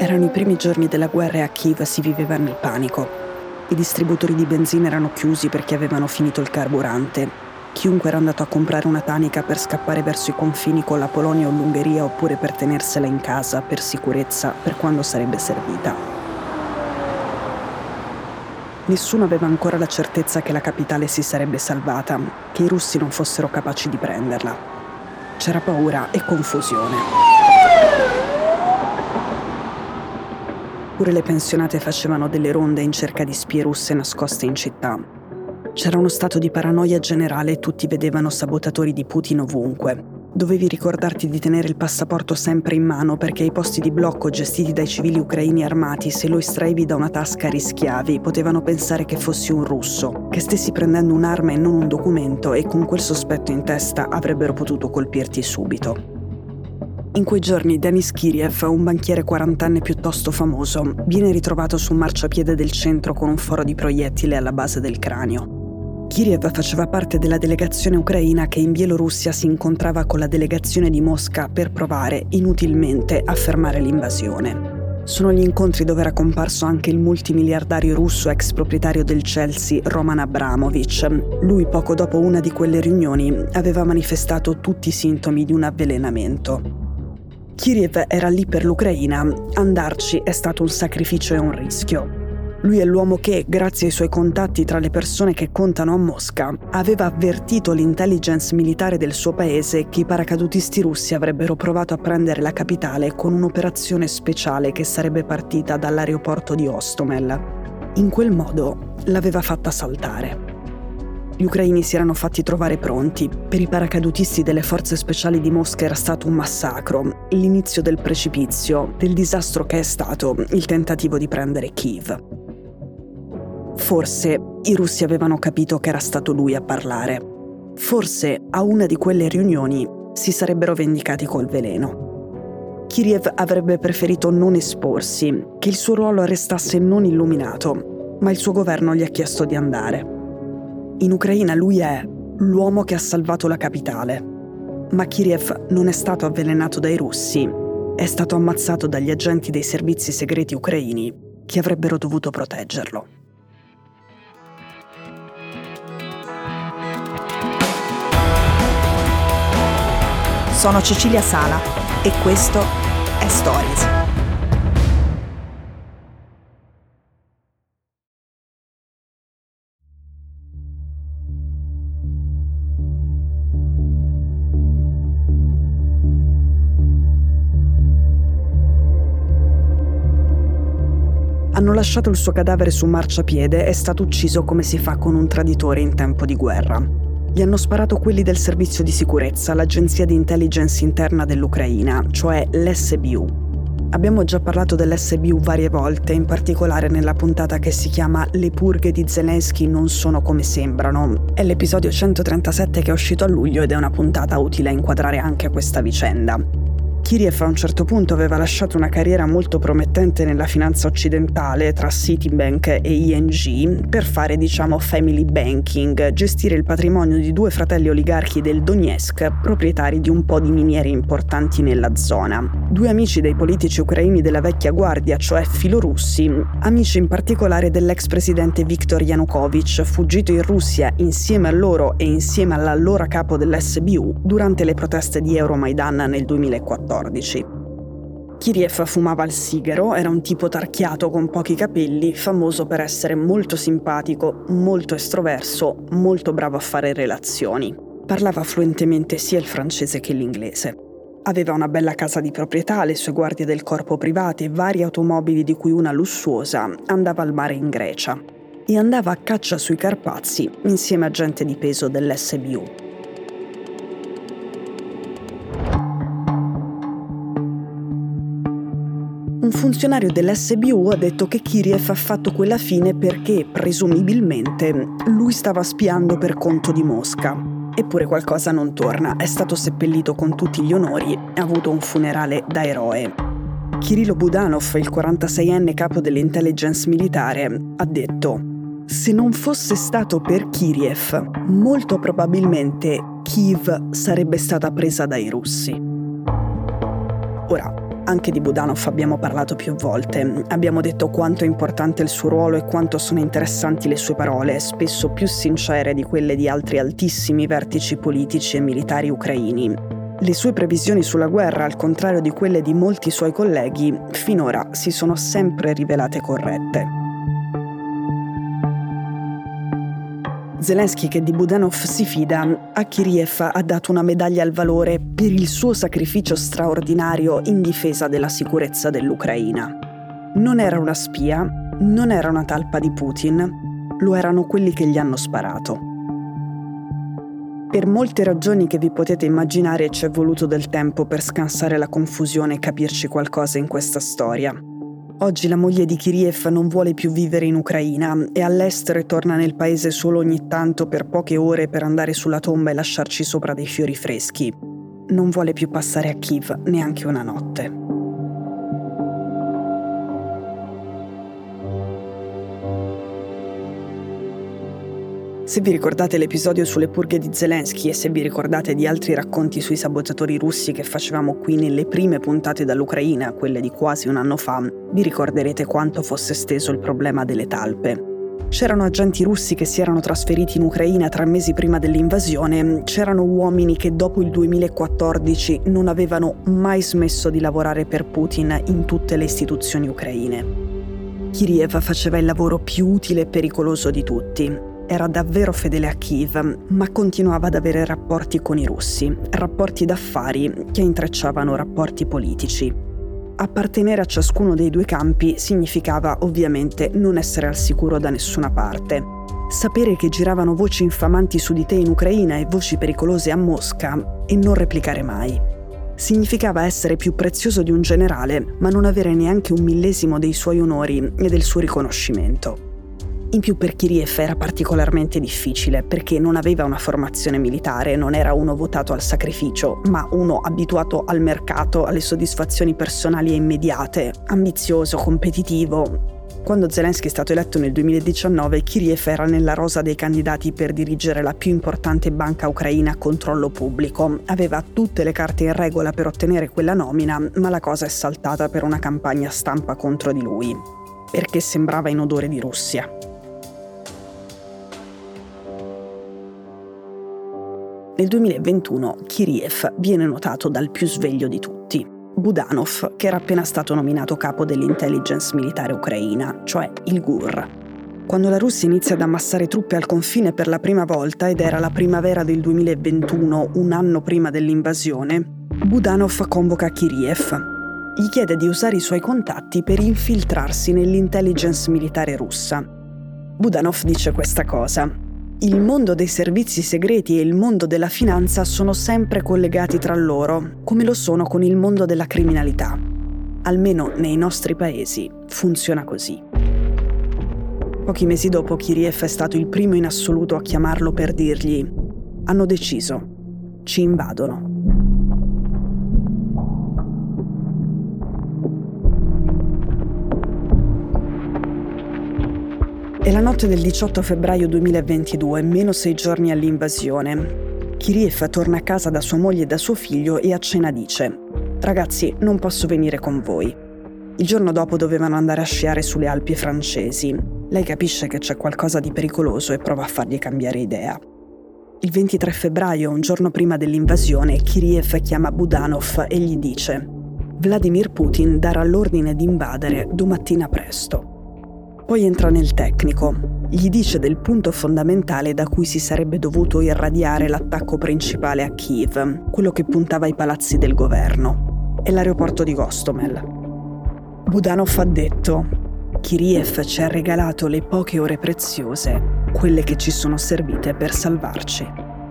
Erano i primi giorni della guerra e a Kiev si viveva nel panico. I distributori di benzina erano chiusi perché avevano finito il carburante. Chiunque era andato a comprare una tanica per scappare verso i confini con la Polonia o l'Ungheria oppure per tenersela in casa per sicurezza per quando sarebbe servita. Nessuno aveva ancora la certezza che la capitale si sarebbe salvata, che i russi non fossero capaci di prenderla. C'era paura e confusione. Pure le pensionate facevano delle ronde in cerca di spie russe nascoste in città. C'era uno stato di paranoia generale e tutti vedevano sabotatori di Putin ovunque. Dovevi ricordarti di tenere il passaporto sempre in mano perché ai posti di blocco gestiti dai civili ucraini armati, se lo estraevi da una tasca rischiavi, potevano pensare che fossi un russo, che stessi prendendo un'arma e non un documento e con quel sospetto in testa avrebbero potuto colpirti subito. In quei giorni Denis Kiriev, un banchiere quarantenne piuttosto famoso, viene ritrovato su un marciapiede del centro con un foro di proiettile alla base del cranio. Kiriev faceva parte della delegazione ucraina che in Bielorussia si incontrava con la delegazione di Mosca per provare, inutilmente, a fermare l'invasione. Sono gli incontri dove era comparso anche il multimiliardario russo ex proprietario del Chelsea, Roman Abramovich. Lui, poco dopo una di quelle riunioni, aveva manifestato tutti i sintomi di un avvelenamento. Kiriev era lì per l'Ucraina, andarci è stato un sacrificio e un rischio. Lui è l'uomo che, grazie ai suoi contatti tra le persone che contano a Mosca, aveva avvertito l'intelligence militare del suo paese che i paracadutisti russi avrebbero provato a prendere la capitale con un'operazione speciale che sarebbe partita dall'aeroporto di Hostomel. In quel modo l'aveva fatta saltare. Gli ucraini si erano fatti trovare pronti. Per i paracadutisti delle forze speciali di Mosca era stato un massacro, l'inizio del precipizio, del disastro che è stato il tentativo di prendere Kiev. Forse i russi avevano capito che era stato lui a parlare. Forse a una di quelle riunioni si sarebbero vendicati col veleno. Kiriev avrebbe preferito non esporsi, che il suo ruolo restasse non illuminato, ma il suo governo gli ha chiesto di andare. In Ucraina lui è l'uomo che ha salvato la capitale. Ma Kiriev non è stato avvelenato dai russi, è stato ammazzato dagli agenti dei servizi segreti ucraini che avrebbero dovuto proteggerlo. Sono Cecilia Sala e questo è Stories. Hanno lasciato il suo cadavere su un marciapiede e è stato ucciso come si fa con un traditore in tempo di guerra. Gli hanno sparato quelli del servizio di sicurezza, l'agenzia di intelligence interna dell'Ucraina, cioè l'SBU. Abbiamo già parlato dell'SBU varie volte, in particolare nella puntata che si chiama Le purghe di Zelensky non sono come sembrano. È l'episodio 137 che è uscito a luglio ed è una puntata utile a inquadrare anche questa vicenda. Kiriev a un certo punto aveva lasciato una carriera molto promettente nella finanza occidentale tra Citibank e ING per fare, family banking, gestire il patrimonio di due fratelli oligarchi del Donetsk, proprietari di un po' di miniere importanti nella zona. Due amici dei politici ucraini della vecchia guardia, cioè filorussi, amici in particolare dell'ex presidente Viktor Yanukovych, fuggito in Russia insieme a loro e insieme all'allora capo dell'SBU durante le proteste di Euromaidan nel 2014. Kiriev fumava il sigaro, era un tipo tarchiato con pochi capelli, famoso per essere molto simpatico, molto estroverso, molto bravo a fare relazioni. Parlava fluentemente sia il francese che l'inglese. Aveva una bella casa di proprietà, le sue guardie del corpo private, varie automobili di cui una lussuosa, andava al mare in Grecia e andava a caccia sui Carpazi insieme a gente di peso dell'SBU. Un funzionario dell'SBU ha detto che Kiriev ha fatto quella fine perché, presumibilmente, lui stava spiando per conto di Mosca. Eppure qualcosa non torna, è stato seppellito con tutti gli onori e ha avuto un funerale da eroe. Kirilo Budanov, il 46enne capo dell'intelligence militare, ha detto: se non fosse stato per Kiriev, molto probabilmente Kiev sarebbe stata presa dai russi. Ora, Anche di Budanov abbiamo parlato più volte. Abbiamo detto quanto è importante il suo ruolo e quanto sono interessanti le sue parole, spesso più sincere di quelle di altri altissimi vertici politici e militari ucraini. Le sue previsioni sulla guerra, al contrario di quelle di molti suoi colleghi, finora si sono sempre rivelate corrette. Zelensky, che di Budanov si fida, a Kyriev ha dato una medaglia al valore per il suo sacrificio straordinario in difesa della sicurezza dell'Ucraina. Non era una spia, non era una talpa di Putin, lo erano quelli che gli hanno sparato. Per molte ragioni che vi potete immaginare ci è voluto del tempo per scansare la confusione e capirci qualcosa in questa storia. Oggi la moglie di Kyriev non vuole più vivere in Ucraina, è all'estero e torna nel paese solo ogni tanto per poche ore per andare sulla tomba e lasciarci sopra dei fiori freschi. Non vuole più passare a Kiev neanche una notte. Se vi ricordate l'episodio sulle purghe di Zelensky e se vi ricordate di altri racconti sui sabotatori russi che facevamo qui nelle prime puntate dall'Ucraina, quelle di quasi un anno fa, vi ricorderete quanto fosse esteso il problema delle talpe. C'erano agenti russi che si erano trasferiti in Ucraina 3 mesi prima dell'invasione, c'erano uomini che dopo il 2014 non avevano mai smesso di lavorare per Putin in tutte le istituzioni ucraine. Kyriev faceva il lavoro più utile e pericoloso di tutti. Era davvero fedele a Kiev, ma continuava ad avere rapporti con i russi, rapporti d'affari che intrecciavano rapporti politici. Appartenere a ciascuno dei due campi significava ovviamente non essere al sicuro da nessuna parte. Sapere che giravano voci infamanti su di te in Ucraina e voci pericolose a Mosca e non replicare mai. Significava essere più prezioso di un generale, ma non avere neanche un millesimo dei suoi onori e del suo riconoscimento. In più per Kyriev era particolarmente difficile perché non aveva una formazione militare, non era uno votato al sacrificio, ma uno abituato al mercato, alle soddisfazioni personali e immediate, ambizioso, competitivo. Quando Zelensky è stato eletto nel 2019, Kyriev era nella rosa dei candidati per dirigere la più importante banca ucraina a controllo pubblico. Aveva tutte le carte in regola per ottenere quella nomina, ma la cosa è saltata per una campagna stampa contro di lui, perché sembrava in odore di Russia. Nel 2021 Kyriev viene notato dal più sveglio di tutti, Budanov, che era appena stato nominato capo dell'intelligence militare ucraina, cioè il GUR. Quando la Russia inizia ad ammassare truppe al confine per la prima volta, ed era la primavera del 2021, un anno prima dell'invasione, Budanov convoca Kyriev. Gli chiede di usare i suoi contatti per infiltrarsi nell'intelligence militare russa. Budanov dice questa cosa: il mondo dei servizi segreti e il mondo della finanza sono sempre collegati tra loro, come lo sono con il mondo della criminalità. Almeno nei nostri paesi funziona così. Pochi mesi dopo, Kyriev è stato il primo in assoluto a chiamarlo per dirgli: hanno deciso, ci invadono. È la notte del 18 febbraio 2022, meno 6 giorni all'invasione. Kyriev torna a casa da sua moglie e da suo figlio e a cena dice: ragazzi, non posso venire con voi. Il giorno dopo dovevano andare a sciare sulle Alpi francesi. Lei capisce che c'è qualcosa di pericoloso e prova a fargli cambiare idea. Il 23 febbraio, un giorno prima dell'invasione, Kyriev chiama Budanov e gli dice: Vladimir Putin darà l'ordine di invadere domattina presto. Poi entra nel tecnico, gli dice del punto fondamentale da cui si sarebbe dovuto irradiare l'attacco principale a Kiev, quello che puntava ai palazzi del governo. È l'aeroporto di Gostomel. Budanov ha detto: Kyriev ci ha regalato le poche ore preziose, quelle che ci sono servite per salvarci.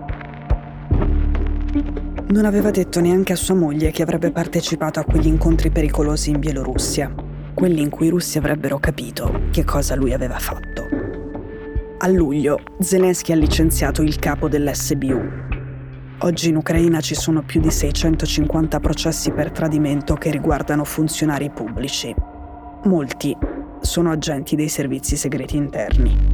Non aveva detto neanche a sua moglie che avrebbe partecipato a quegli incontri pericolosi in Bielorussia, quelli in cui i russi avrebbero capito che cosa lui aveva fatto. A luglio, Zelensky ha licenziato il capo dell'SBU. Oggi in Ucraina ci sono più di 650 processi per tradimento che riguardano funzionari pubblici. Molti sono agenti dei servizi segreti interni.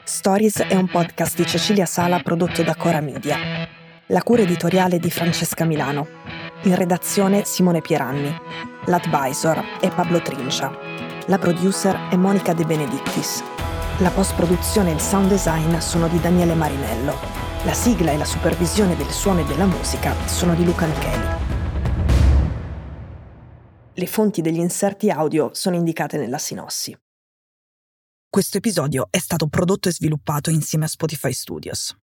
Stories è un podcast di Cecilia Sala prodotto da Cora Media. La cura editoriale di Francesca Milano. In redazione Simone Pieranni. L'advisor è Pablo Trincia. La producer è Monica De Benedictis. La post-produzione e il sound design sono di Daniele Marinello. La sigla e la supervisione del suono e della musica sono di Luca Micheli. Le fonti degli inserti audio sono indicate nella sinossi. Questo episodio è stato prodotto e sviluppato insieme a Spotify Studios.